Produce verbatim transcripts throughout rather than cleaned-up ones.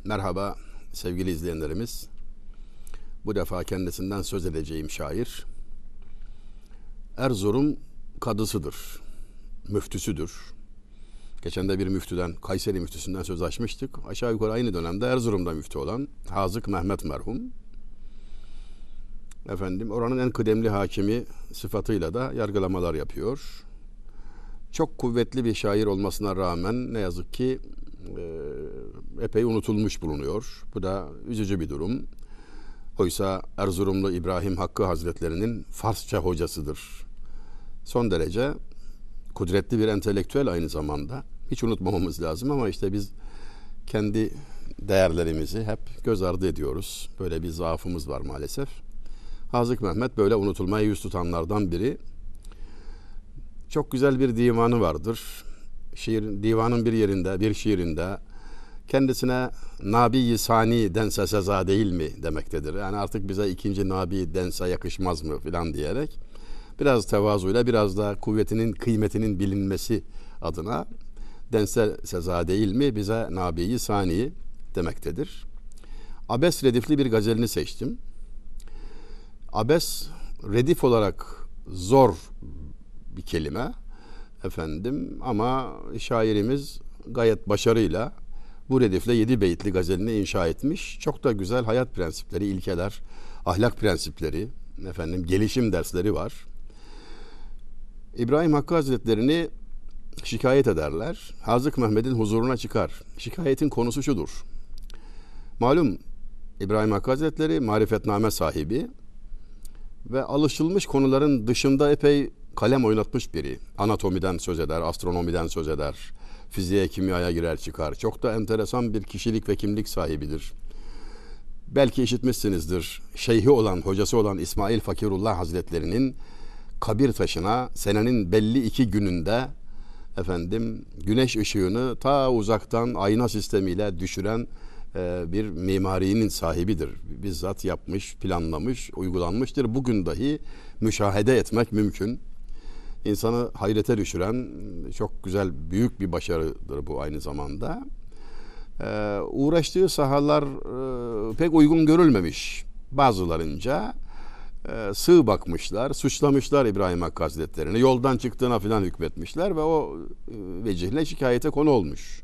Merhaba sevgili izleyenlerimiz. Bu defa kendisinden söz edeceğim şair Erzurum kadısıdır, müftüsüdür. Geçen de bir müftüden, Kayseri müftüsünden söz açmıştık. Aşağı yukarı aynı dönemde Erzurum'da müftü olan Hazık Mehmet merhum. Efendim oranın en kıdemli hakimi sıfatıyla da yargılamalar yapıyor. Çok kuvvetli bir şair olmasına rağmen ne yazık ki e, epey unutulmuş bulunuyor. Bu da üzücü bir durum. Oysa Erzurumlu İbrahim Hakkı Hazretlerinin Farsça hocasıdır. Son derece kudretli bir entelektüel aynı zamanda. Hiç unutmamamız lazım ama işte biz kendi değerlerimizi hep göz ardı ediyoruz. Böyle bir zaafımız var maalesef. Hazık Mehmet böyle unutulmaya yüz tutanlardan biri. Çok güzel bir divanı vardır. Şiir, divanın bir yerinde, bir şiirinde kendisine Nabi-i Sani dense seza değil mi demektedir. Yani artık bize ikinci Nabi dense yakışmaz mı filan diyerek biraz tevazuyla, biraz da kuvvetinin, kıymetinin bilinmesi adına dense seza değil mi bize Nabi-i Sani demektedir. Abes redifli bir gazelini seçtim. Abes redif olarak zor bir kelime efendim ama şairimiz gayet başarıyla bu redifle yedi beyitli gazelini inşa etmiş. Çok da güzel hayat prensipleri, ilkeler, ahlak prensipleri, efendim gelişim dersleri var. İbrahim Hakkı Hazretlerini şikayet ederler. Hazık Mehmet'in huzuruna çıkar. Şikayetin konusu şudur. Malum İbrahim Hakkı Hazretleri marifetname sahibi ve alışılmış konuların dışında epey kalem oynatmış biri. Anatomiden söz eder, astronomiden söz eder, fiziğe, kimyaya girer çıkar. Çok da enteresan bir kişilik ve kimlik sahibidir. Belki işitmişsinizdir. Şeyhi olan, hocası olan İsmail Fakirullah Hazretlerinin kabir taşına senenin belli iki gününde efendim güneş ışığını ta uzaktan ayna sistemiyle düşüren e, bir mimarinin sahibidir. Bizzat yapmış, planlamış, uygulanmıştır. Bugün dahi müşahede etmek mümkün. İnsanı hayrete düşüren çok güzel, büyük bir başarıdır bu aynı zamanda. Ee, uğraştığı sahalar e, pek uygun görülmemiş bazılarınca. E, sığ bakmışlar, suçlamışlar İbrahim Hakkı Hazretleri'ni. Yoldan çıktığına falan hükmetmişler ve o e, vecihle şikayete konu olmuş.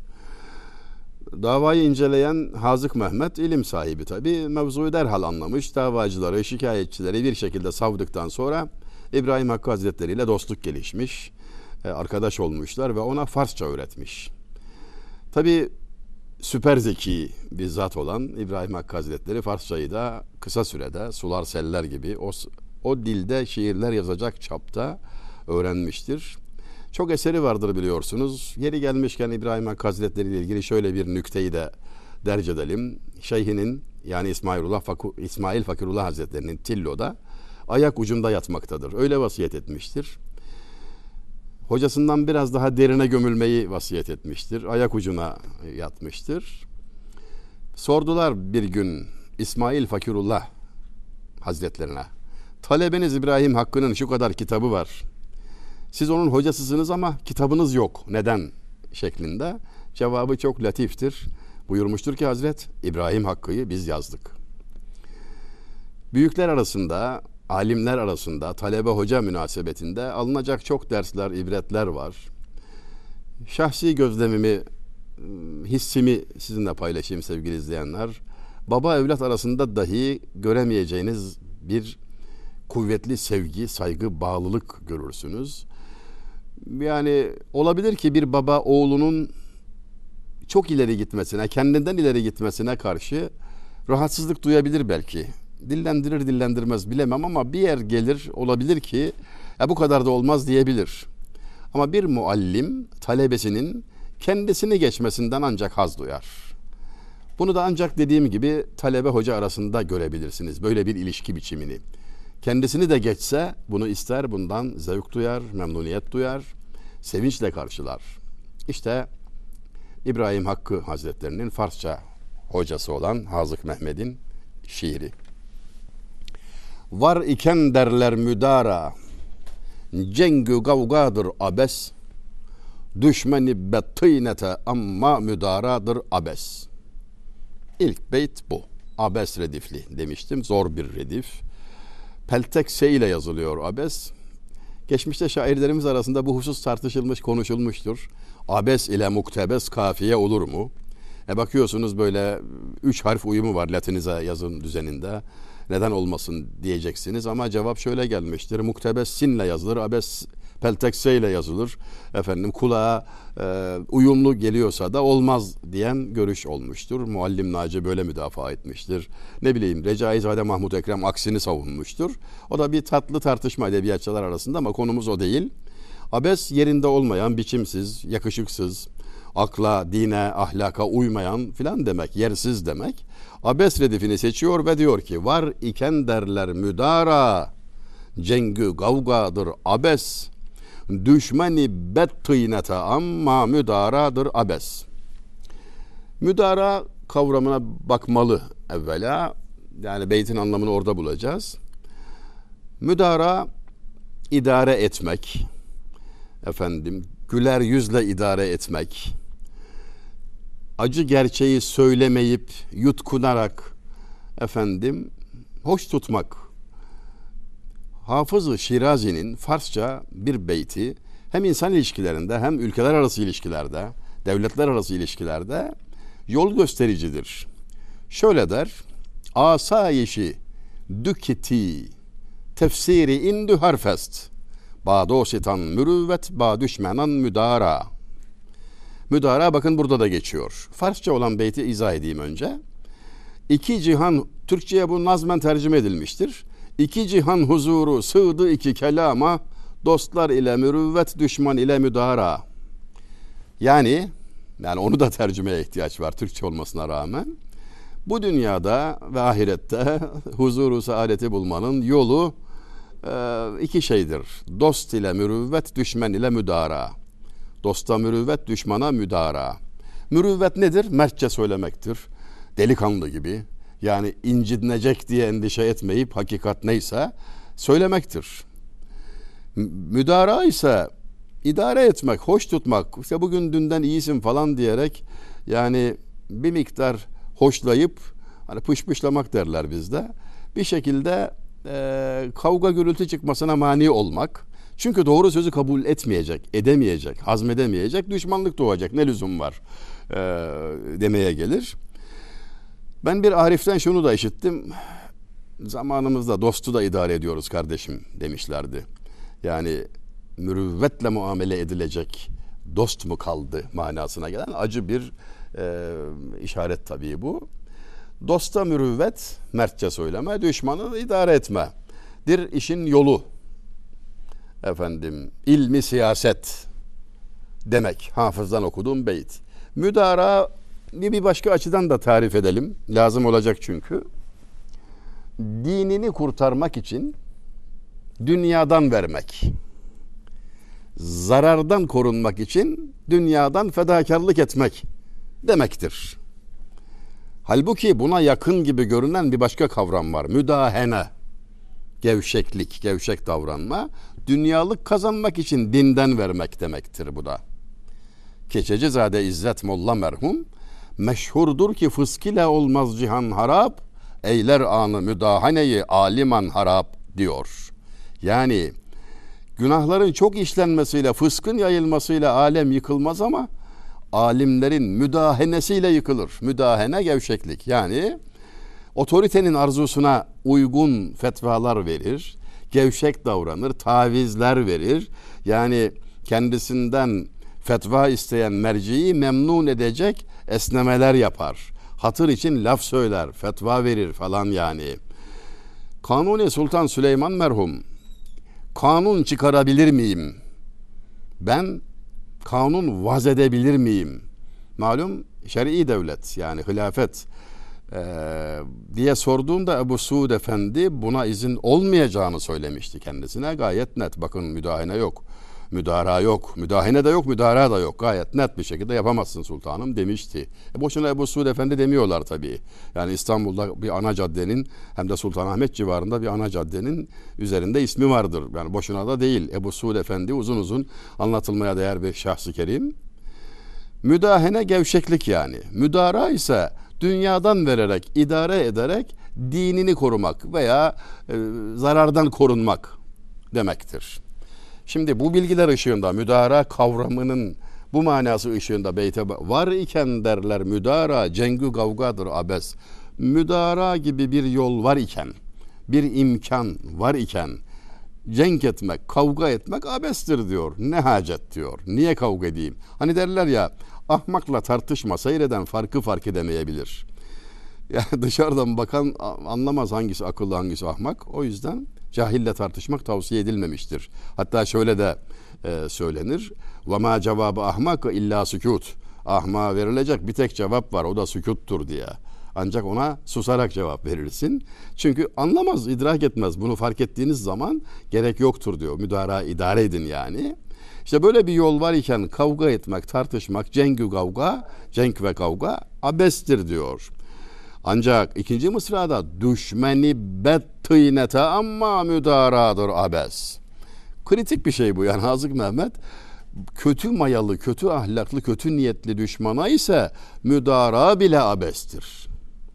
Davayı inceleyen Hazık Mehmet ilim sahibi tabii. Mevzuyu derhal anlamış. Davacıları, şikayetçileri bir şekilde savdıktan sonra İbrahim Hakkı Hazretleri ile dostluk gelişmiş, arkadaş olmuşlar ve ona Farsça öğretmiş. Tabii süper zeki bir zat olan İbrahim Hakkı Hazretleri Farsçayı da kısa sürede sular seller gibi o, o dilde şiirler yazacak çapta öğrenmiştir. Çok eseri vardır biliyorsunuz. Yeri gelmişken İbrahim Hakkı Hazretleri ile ilgili şöyle bir nükteyi de derc edelim. Şeyhinin yani İsmailullah Faku, İsmail Fakirullah Hazretleri'nin Tillo'da ayak ucunda yatmaktadır. Öyle vasiyet etmiştir. Hocasından biraz daha derine gömülmeyi vasiyet etmiştir. Ayak ucuna yatmıştır. Sordular bir gün İsmail Fakirullah Hazretlerine. Talebeniz İbrahim Hakkı'nın şu kadar kitabı var. Siz onun hocasısınız ama kitabınız yok. Neden? Şeklinde. Cevabı çok latiftir. Buyurmuştur ki Hazret, İbrahim Hakkı'yı biz yazdık. Büyükler arasında, alimler arasında, talebe hoca münasebetinde alınacak çok dersler, ibretler var. Şahsi gözlemimi, hissimi sizinle paylaşayım sevgili izleyenler. Baba evlat arasında dahi göremeyeceğiniz bir kuvvetli sevgi, saygı, bağlılık görürsünüz. Yani olabilir ki bir baba oğlunun çok ileri gitmesine, kendinden ileri gitmesine karşı rahatsızlık duyabilir belki. Dillendirir dillendirmez bilemem ama bir yer gelir olabilir ki ya bu kadar da olmaz diyebilir. Ama bir muallim talebesinin kendisini geçmesinden ancak haz duyar. Bunu da ancak dediğim gibi talebe hoca arasında görebilirsiniz böyle bir ilişki biçimini. Kendisini de geçse bunu ister, bundan zevk duyar, memnuniyet duyar, sevinçle karşılar. İşte İbrahim Hakkı Hazretlerinin Farsça hocası olan Hazık Mehmet'in şiiri. Var iken derler müdara, cengü gavgadır abes, düşmeni bettînete amma müdaradır abes. İlk beyt bu. Abes redifli demiştim. Zor bir redif. Peltek S ile yazılıyor abes. Geçmişte şairlerimiz arasında bu husus tartışılmış, konuşulmuştur. Abes ile muktebes kafiye olur mu? E bakıyorsunuz böyle üç harf uyumu var Latinize yazım düzeninde. Neden olmasın diyeceksiniz ama cevap şöyle gelmiştir. Muktebes sinle yazılır, abes peltekse ile yazılır. Efendim kulağa e, uyumlu geliyorsa da olmaz diyen görüş olmuştur. Muallim Naci böyle müdafaa etmiştir. Ne bileyim Recaizade Mahmud Ekrem aksini savunmuştur. O da bir tatlı tartışma edebiyatçılar arasında ama konumuz o değil. Abes yerinde olmayan, biçimsiz, yakışıksız, akla, dine, ahlaka uymayan filan demek, yersiz demek. Abes redifini seçiyor ve diyor ki var iken derler müdara, cengü gavgadır abes, düşmeni bet tıynete amma müdaradır abes. Müdara kavramına bakmalı evvela, yani beytin anlamını orada bulacağız. Müdara idare etmek, efendim güler yüzle idare etmek, acı gerçeği söylemeyip yutkunarak efendim hoş tutmak. Hafız-ı Şirazi'nin Farsça bir beyti hem insan ilişkilerinde hem ülkeler arası ilişkilerde, devletler arası ilişkilerde yol göstericidir. Şöyle der: asayişi dükiti tefsiri indü harfest badositan mürüvvet ba düşmenan müdara. Müdara bakın burada da geçiyor. Farsça olan beyti izah edeyim önce. İki cihan, Türkçe'ye bu nazmen tercüme edilmiştir. İki cihan huzuru sığdı iki kelama, dostlar ile mürüvvet, düşman ile müdara. Yani, yani onu da tercümeye ihtiyaç var Türkçe olmasına rağmen. Bu dünyada ve ahirette huzuru saadeti bulmanın yolu e, iki şeydir. Dost ile mürüvvet, düşman ile müdara. Dosta mürüvvet, düşmana müdara. Mürüvvet nedir? Mertçe söylemektir. Delikanlı gibi. Yani incinecek diye endişe etmeyip hakikat neyse söylemektir. Müdara ise idare etmek, hoş tutmak. İşte bugün dünden iyisin falan diyerek yani bir miktar hoşlayıp hani pışpışlamak derler bizde. Bir şekilde e, kavga gürültü çıkmasına mani olmak. Çünkü doğru sözü kabul etmeyecek, edemeyecek, hazmedemeyecek, düşmanlık doğacak. Ne lüzum var e, demeye gelir. Ben bir Arif'ten şunu da işittim. Zamanımızda dostu da idare ediyoruz kardeşim demişlerdi. Yani mürüvvetle muamele edilecek dost mu kaldı manasına gelen acı bir e, işaret tabii bu. Dosta mürüvvet, mertçe söyleme, düşmanı idare etme. Bir işin yolu. Efendim, ilmi siyaset demek. Hafızdan okuduğum beyt. Müdara bir başka açıdan da tarif edelim. Lazım olacak çünkü. Dinini kurtarmak için dünyadan vermek. Zarardan korunmak için dünyadan fedakarlık etmek demektir. Halbuki buna yakın gibi görünen bir başka kavram var. Müdahene. Gevşeklik, gevşek davranma. Dünyalık kazanmak için dinden vermek demektir bu da. Keçecizade İzzet Molla merhum meşhurdur ki fısk ile olmaz cihan harap, eyler anı müdahaneyi aliman harap diyor. Yani günahların çok işlenmesiyle, fıskın yayılmasıyla alem yıkılmaz ama alimlerin müdahenesiyle yıkılır. Müdahene gevşeklik. Yani otoritenin arzusuna uygun fetvalar verir, gevşek davranır, tavizler verir. Yani kendisinden fetva isteyen merciyi memnun edecek esnemeler yapar. Hatır için laf söyler, fetva verir falan yani. Kanuni Sultan Süleyman merhum, kanun çıkarabilir miyim? Ben kanun vaz edebilir miyim? Malum şer'i devlet yani hilafet ee, diye sorduğunda Ebu Suud Efendi buna izin olmayacağını söylemişti kendisine. Gayet net, bakın müdahale yok. Müdara yok, müdahale de yok, müdara da yok. Gayet net bir şekilde yapamazsın sultanım demişti. E boşuna Ebu Suud Efendi demiyorlar tabii. Yani İstanbul'da bir ana caddenin hem de Sultanahmet civarında bir ana caddenin üzerinde ismi vardır. Yani boşuna da değil. Ebu Suud Efendi uzun uzun anlatılmaya değer bir şahs-ı kerim. Müdahene gevşeklik yani. Müdara ise dünyadan vererek, idare ederek dinini korumak veya e, zarardan korunmak demektir. Şimdi bu bilgiler ışığında müdara kavramının bu manası ışığında beyte var iken derler müdara cengü kavgadır abes. Müdara gibi bir yol var iken, bir imkan var iken cenk etmek, kavga etmek abestir diyor. Ne hacet diyor. Niye kavga edeyim? Hani derler ya ahmakla tartışma seyreden farkı fark edemeyebilir. Yani dışarıdan bakan anlamaz hangisi akıllı hangisi ahmak. O yüzden cahille tartışmak tavsiye edilmemiştir. Hatta şöyle de e, söylenir. وَمَا cevabı ahmak illa sükut. Ahmağa verilecek bir tek cevap var, o da sükuttur diye. Ancak ona susarak cevap verirsin. Çünkü anlamaz, idrak etmez. Bunu fark ettiğiniz zaman gerek yoktur diyor. Müdara idare edin yani. İşte böyle bir yol var iken kavga etmek, tartışmak, cengü kavga, cenk ve kavga abestir diyor. Ancak ikinci mısrada düşmeni bettînete amma müdaradır abes. Kritik bir şey bu yani Hazık Mehmet. Kötü mayalı, kötü ahlaklı, kötü niyetli düşmana ise müdara bile abestir.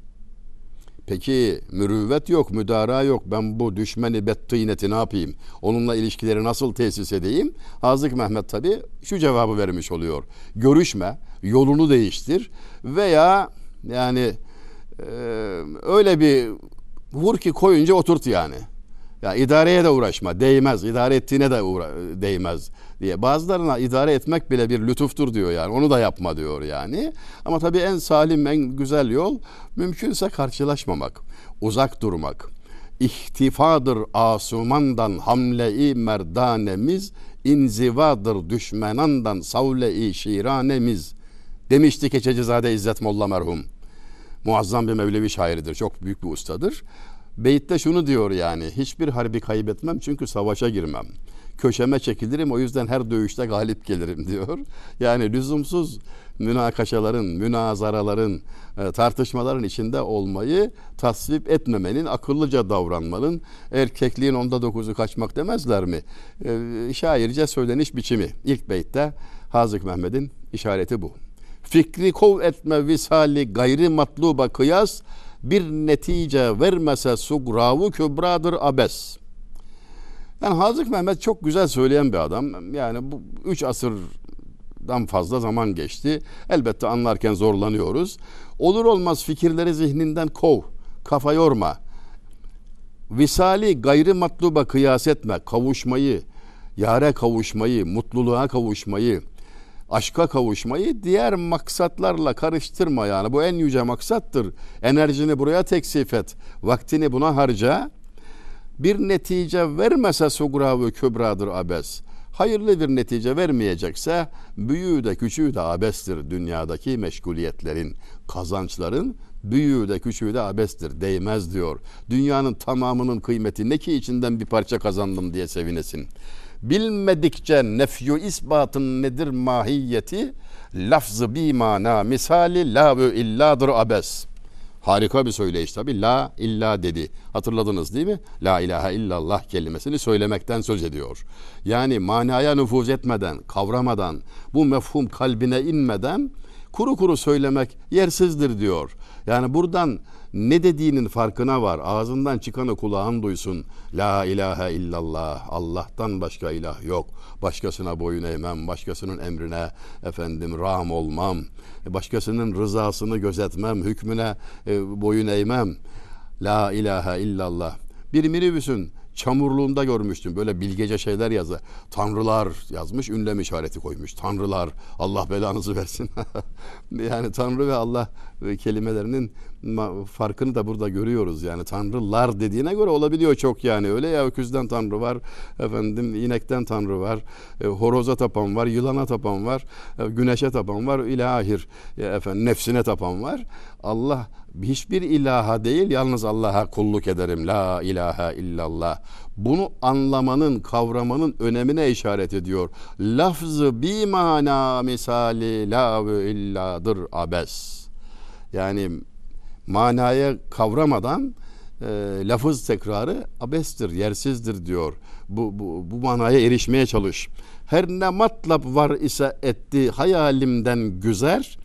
Peki mürüvvet yok, müdara yok. Ben bu düşmeni bettîneti ne yapayım? Onunla ilişkileri nasıl tesis edeyim? Hazık Mehmet tabi şu cevabı vermiş oluyor. Görüşme, yolunu değiştir veya yani e, öyle bir vur ki koyunca oturt yani. Ya idareye de uğraşma, değmez. İdare ettiğine de uğra- değmez diye. Bazılarına idare etmek bile bir lütuftur diyor yani. Onu da yapma diyor yani. Ama tabii en salim, en güzel yol mümkünse karşılaşmamak, uzak durmak. İhtifadır asumandan hamle-i merdanemiz, inzivadır düşmenandan savle-i şiranemiz demişti Keçecizade İzzet Molla merhum. Muazzam bir Mevlevi şairidir, çok büyük bir ustadır. Beyit'te şunu diyor yani, hiçbir harbi kaybetmem çünkü savaşa girmem. Köşeme çekilirim, o yüzden her dövüşte galip gelirim diyor. Yani lüzumsuz münakaşaların, münazaraların, tartışmaların içinde olmayı tasvip etmemenin, akıllıca davranmanın, erkekliğin onda dokuzu kaçmak demezler mi? E, şairce söyleniş biçimi. İlk beytte Hazık Mehmet'in işareti bu. Fikri kov etme visali gayri matluba kıyas, bir netice vermese sugravu kübradır abes. Yani Hazık Mehmet çok güzel söyleyen bir adam. Yani bu üç asırdan fazla zaman geçti. Elbette anlarken zorlanıyoruz. Olur olmaz fikirleri zihninden kov, kafa yorma. Visali gayri matluba kıyas etme, kavuşmayı, yâre kavuşmayı, mutluluğa kavuşmayı, aşka kavuşmayı diğer maksatlarla karıştırma yani. Bu en yüce maksattır. Enerjini buraya teksif et. Vaktini buna harca. Bir netice vermese sugra ve kübradır abes. Hayırlı bir netice vermeyecekse büyüğü de küçüğü de abestir. Dünyadaki meşguliyetlerin, kazançların büyüğü de küçüğü de abestir. Değmez diyor. Dünyanın tamamının kıymeti ne ki içinden bir parça kazandım diye sevinesin. Bilmedikçe nefyu isbatın nedir mahiyeti, lafzı bi mana misali la ve illadır abes. Harika bir söyleyiş tabi. La illa dedi. Hatırladınız değil mi? La ilahe illallah kelimesini söylemekten söz ediyor. Yani manaya nüfuz etmeden, kavramadan, bu mefhum kalbine inmeden kuru kuru söylemek yersizdir diyor. Yani buradan ne dediğinin farkına var. Ağzından çıkanı kulağın duysun. La ilahe illallah. Allah'tan başka ilah yok. Başkasına boyun eğmem. Başkasının emrine efendim ram olmam. Başkasının rızasını gözetmem. Hükmüne e, boyun eğmem. La ilahe illallah. Bir minibüsün çamurluğunda görmüştüm. Böyle bilgece şeyler yazı. Tanrılar yazmış, ünlem işareti koymuş. Tanrılar, Allah belanızı versin. Yani Tanrı ve Allah kelimelerinin farkını da burada görüyoruz. Yani Tanrılar dediğine göre olabiliyor çok yani. Öyle ya, öküzden Tanrı var, efendim inekten Tanrı var, e, horoza tapan var, yılana tapan var, e, güneşe tapan var, ilahir e, efendim nefsine tapan var. Allah hiçbir ilaha değil, yalnız Allah'a kulluk ederim. La ilahe illallah. Bunu anlamanın, kavramanın önemine işaret ediyor. Lafzı bi mana misali la ve illadır abes. Yani manaya kavramadan e, lafız tekrarı abestir, yersizdir diyor. Bu, bu, bu manaya erişmeye çalış. Her ne matlab var ise etti hayalimden güzer,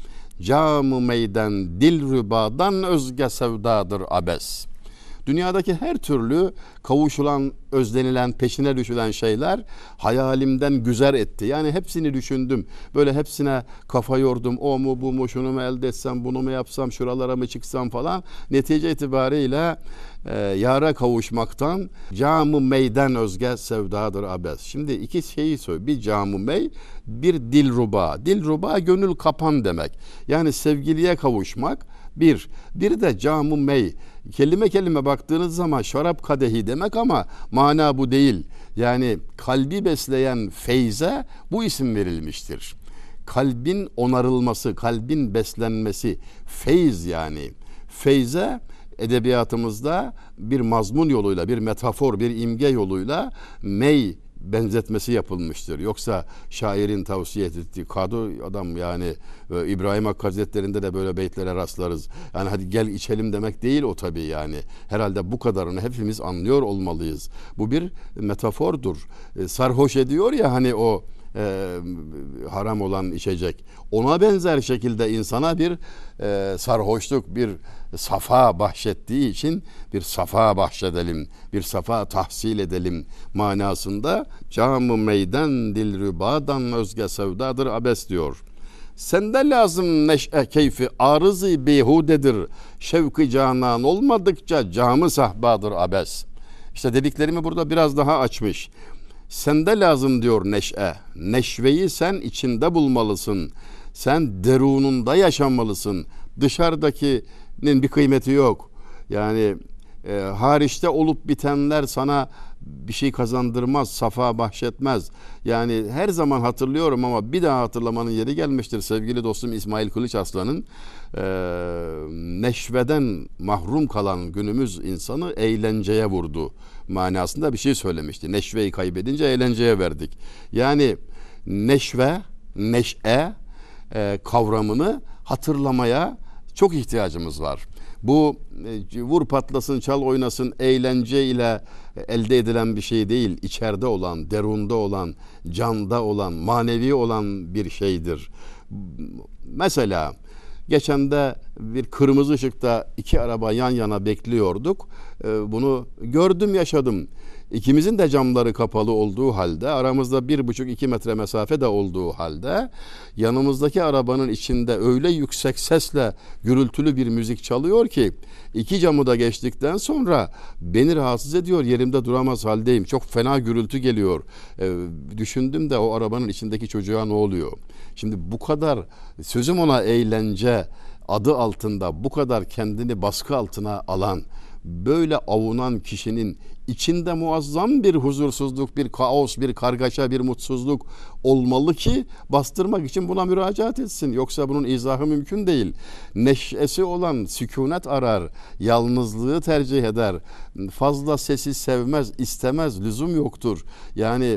Cam-ı meyden dilrübadan özge sevdadır abes. Dünyadaki her türlü kavuşulan, özlenilen, peşine düşülen şeyler hayalimden güzer etti. Yani hepsini düşündüm. Böyle hepsine kafa yordum. O mu bu mu, şunu mu elde etsem, bunu mu yapsam, şuralara mı çıksam falan. Netice itibariyle e, yara kavuşmaktan cam-ı meyden özge sevdadır abes. Şimdi iki şeyi söyle. Bir cam-ı mey, bir dilruba. Dilruba gönül kapan demek. Yani sevgiliye kavuşmak. Bir. Bir de cam-ı mey. Kelime kelime baktığınız zaman şarap kadehi demek ama mana bu değil. Yani kalbi besleyen feyze bu isim verilmiştir. Kalbin onarılması, kalbin beslenmesi, feyz yani. Feyze edebiyatımızda bir mazmun yoluyla, bir metafor, bir imge yoluyla mey benzetmesi yapılmıştır. Yoksa şairin tavsiye ettiği kadı adam yani e, İbrahim Hakkı Hazretleri'nde de böyle beytlere rastlarız. Yani hadi gel içelim demek değil o tabii yani. Herhalde bu kadarını hepimiz anlıyor olmalıyız. Bu bir metafordur. E, sarhoş ediyor ya hani o e, haram olan içecek. Ona benzer şekilde insana bir e, sarhoşluk, bir safa bahşettiği için bir safa bahşedelim, bir safa tahsil edelim manasında cam-ı meyden dilrübadan özge sevdadır abes diyor. Sende lazım neş'e keyfi arızı beyhudedir. Şevki canan olmadıkça camı sahbadır abes. İşte dediklerimi burada biraz daha açmış. Sende lazım diyor neş'e. Neşveyi sen içinde bulmalısın. Sen derununda yaşamalısın. Dışarıdakinin bir kıymeti yok. Yani e, hariçte olup bitenler sana bir şey kazandırmaz, safa bahşetmez. Yani her zaman hatırlıyorum ama bir daha hatırlamanın yeri gelmiştir. Sevgili dostum İsmail Kılıç Aslan'ın e, neşveden mahrum kalan günümüz insanı eğlenceye vurdu manasında bir şey söylemişti. Neşveyi kaybedince eğlenceye verdik. Yani neşve, neşe e, kavramını hatırlamaya çok ihtiyacımız var. Bu e, vur patlasın, çal oynasın eğlence ile elde edilen bir şey değil. İçeride olan, derunda olan, canda olan, manevi olan bir şeydir. Mesela geçen de bir kırmızı ışıkta iki araba yan yana bekliyorduk. E, bunu gördüm, yaşadım. İkimizin de camları kapalı olduğu halde, aramızda bir buçuk iki metre mesafe de olduğu halde, yanımızdaki arabanın içinde öyle yüksek sesle gürültülü bir müzik çalıyor ki, iki camı da geçtikten sonra beni rahatsız ediyor, yerimde duramaz haldeyim. Çok fena gürültü geliyor. E, düşündüm de o arabanın içindeki çocuğa ne oluyor? Şimdi bu kadar, sözüm ona eğlence adı altında bu kadar kendini baskı altına alan, böyle avunan kişinin içinde muazzam bir huzursuzluk, bir kaos, bir kargaşa, bir mutsuzluk olmalı ki bastırmak için buna müracaat etsin. Yoksa bunun izahı mümkün değil. Neşesi olan sükunet arar, yalnızlığı tercih eder, fazla sesi sevmez, istemez, lüzum yoktur. Yani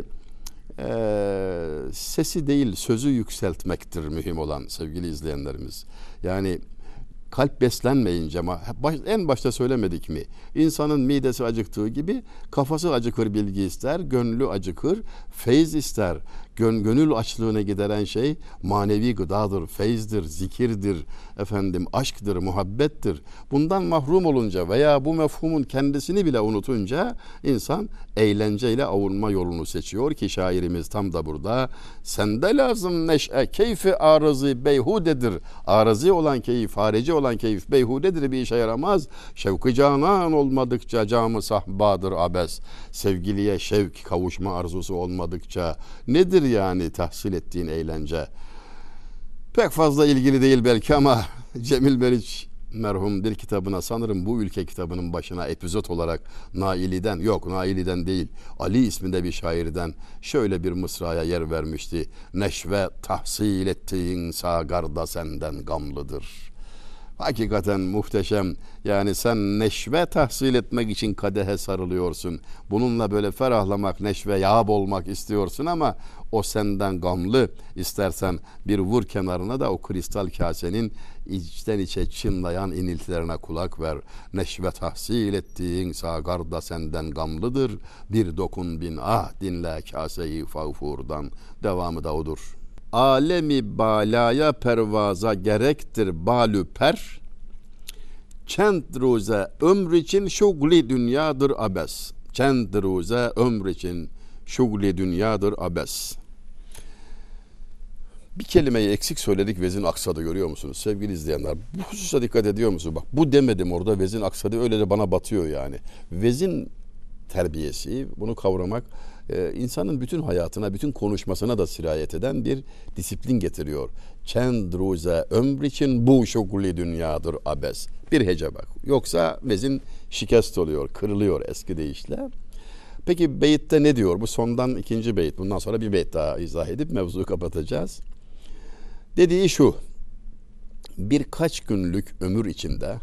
e, sesi değil sözü yükseltmektir mühim olan sevgili izleyenlerimiz. Yani kalp beslenmeyince ama en başta söylemedik mi? İnsanın midesi acıktığı gibi kafası acıkır, bilgi ister, gönlü acıkır, feyz ister. Gön, gönül açlığını gideren şey manevi gıdadır, feyzdir, zikirdir, efendim aşktır, muhabbettir. Bundan mahrum olunca veya bu mefhumun kendisini bile unutunca insan eğlenceyle avunma yolunu seçiyor ki şairimiz tam da burada. Sende lazım neş'e keyfi arızı beyhudedir. Arızı olan keyif, harici olan keyif beyhudedir, bir işe yaramaz. Şevk-i canan olmadıkça camı sahbadır abes. Sevgiliye şevk, kavuşma arzusu olmadıkça nedir yani tahsil ettiğin eğlence? Pek fazla ilgili değil belki ama Cemil Meriç merhum bir kitabına, sanırım Bu Ülke kitabının başına epizot olarak Naili'den, yok Naili'den değil, Ali isminde bir şairden şöyle bir mısraya yer vermişti. Neşve tahsil ettiğin sagarda senden gamlıdır. Hakikaten muhteşem. Yani sen neşve tahsil etmek için kadehe sarılıyorsun. Bununla böyle ferahlamak, neşve yağ olmak istiyorsun ama o senden gamlı. İstersen bir vur kenarına da o kristal kasenin içten içe çınlayan iniltilerine kulak ver. Neşve tahsil ettiğin sagarda senden gamlıdır. Bir dokun bin ah dinle kaseyi fağfurdan. Devamı da odur. alemi balaya pervaza gerektir balü per, çend ruze ömr için şugli dünyadır abes. Çend ruze ömr için şugli dünyadır abes. Bir kelimeyi eksik söyledik, vezin aksadı, görüyor musunuz sevgili izleyenler? Bu hususa dikkat ediyor musunuz? Bak, bu demedim orada, vezin aksadı, öyle de bana batıyor yani. Vezin terbiyesi, bunu kavramak e, insanın bütün hayatına, bütün konuşmasına da sirayet eden bir disiplin getiriyor. Çend ruze ömr için bu şugli dünyadır abes. Bir hece bak. Yoksa vezin şikest oluyor, kırılıyor eski deyişle. Peki beyitte ne diyor? Bu sondan ikinci beyit. Bundan sonra bir beyit daha izah edip mevzuyu kapatacağız. Dediği şu: birkaç günlük ömür içinde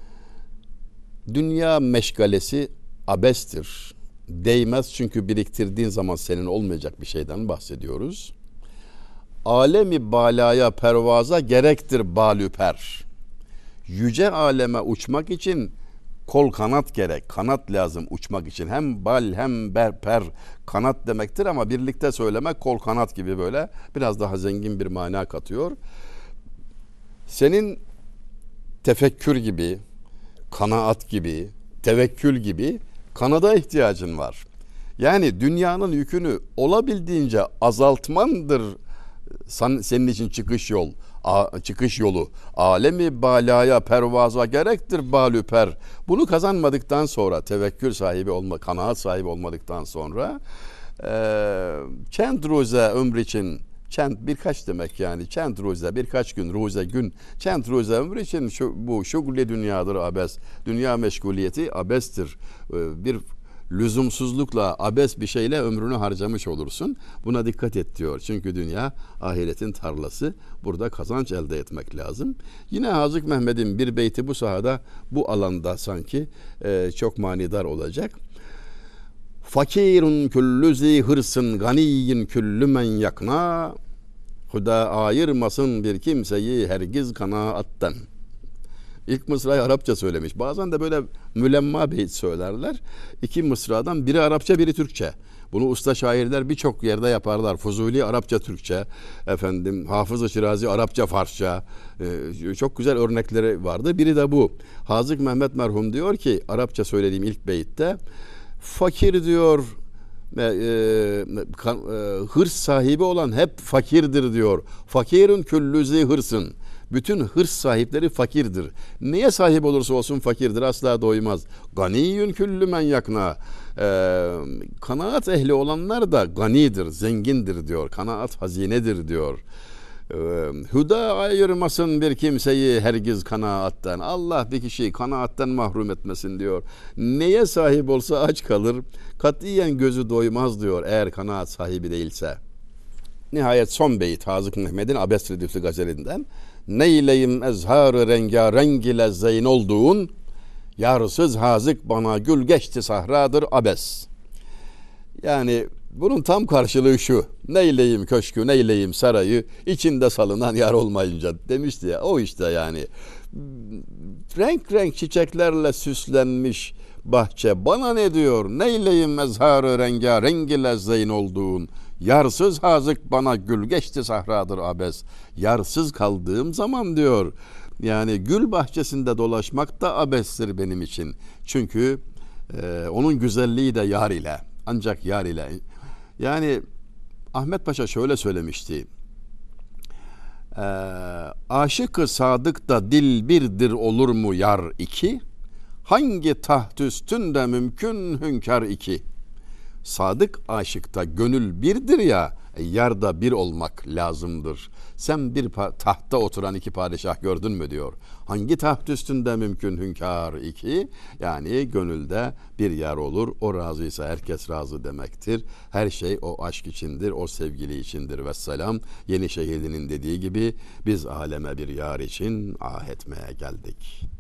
dünya meşgalesi abestir. Değmez, çünkü biriktirdiğin zaman senin olmayacak bir şeyden bahsediyoruz. Alemi balaya pervaza gerektir balüper. Yüce aleme uçmak için kol kanat gerek. Kanat lazım uçmak için. Hem bal hem ber, per kanat demektir ama birlikte söylemek kol kanat gibi böyle biraz daha zengin bir mana katıyor. Senin tefekkür gibi, kanaat gibi, tevekkül gibi kanada ihtiyacın var. Yani dünyanın yükünü olabildiğince azaltmandır senin için çıkış yol. çıkış yolu. Alemi balaya pervaza gerektir balüper. Bunu kazanmadıktan sonra, tevekkül sahibi olma, kanaat sahibi olmadıktan sonra e, çend ruze ömür için, çend birkaç demek yani, çend ruze birkaç gün, ruze gün, çend ruze ömür için şu, bu şugli dünyadır abes. Dünya meşguliyeti abestir. E, bir lüzumsuzlukla, abes bir şeyle ömrünü harcamış olursun. Buna dikkat et diyor. Çünkü dünya ahiretin tarlası. Burada kazanç elde etmek lazım. Yine Hazık Mehmet'in bir beyti bu sahada, bu alanda sanki e, çok manidar olacak. Fakirun küllüzi hırsın ganiyin küllü men yakna, Huda ayırmasın bir kimseyi hergiz kanaatten. İlk mısrayı Arapça söylemiş. Bazen de böyle mülemma beyt söylerler. İki mısradan biri Arapça, biri Türkçe. Bunu usta şairler birçok yerde yaparlar. Fuzuli Arapça Türkçe, efendim Hafız-ı Şirazi Arapça Farsça. Ee, çok güzel örnekleri vardı. Biri de bu. Hazık Mehmet merhum diyor ki Arapça söylediğim ilk beytte, fakir diyor, e, e, hırs sahibi olan hep fakirdir diyor. Fakirun küllüzi hırsın. Bütün hırs sahipleri fakirdir. Neye sahip olursa olsun fakirdir, asla doymaz. Ganiyün küllü men yakna. Ee, kanaat ehli olanlar da ganidir, zengindir diyor. Kanaat hazinedir diyor. Ee, Huda ayırmasın bir kimseyi hergiz kanaatten. Allah bir kişiyi kanaatten mahrum etmesin diyor. Neye sahip olsa aç kalır. Katiyen gözü doymaz diyor eğer kanaat sahibi değilse. Nihayet son beyit Hazık Mehmet'in Abes Redüflü gazelinden. Neyleyim ezhar-ı rengarenk ile zeyn olduğun, yarsız hazık bana gül geçti sahradır abes. Yani bunun tam karşılığı şu: neyleyim köşkü, neyleyim sarayı, içinde salınan yar olmayınca demişti ya, o işte yani. Renk renk çiçeklerle süslenmiş bahçe bana ne diyor? Neyleyim mezharı rengarenk ile zeyn olduğun, yarsız hazık bana gül geçti sahradır abes. Yarsız kaldığım zaman diyor, yani gül bahçesinde dolaşmak da abestir benim için. Çünkü e, onun güzelliği de yar ile, ancak yar ile. Yani Ahmet Paşa şöyle söylemişti: e, aşık-ı sadık da dil birdir olur mu yar iki? Hangi taht üstünde mümkün hünkâr iki? Sadık aşıkta gönül birdir ya, yarda bir olmak lazımdır. Sen bir tahtta oturan iki padişah gördün mü diyor. Hangi taht üstünde mümkün hünkâr iki? Yani gönülde bir yar olur. O razıysa herkes razı demektir. Her şey o aşk içindir, o sevgili içindir. Vesselam. Yenişehirli'nin dediği gibi biz aleme bir yar için ah etmeye geldik.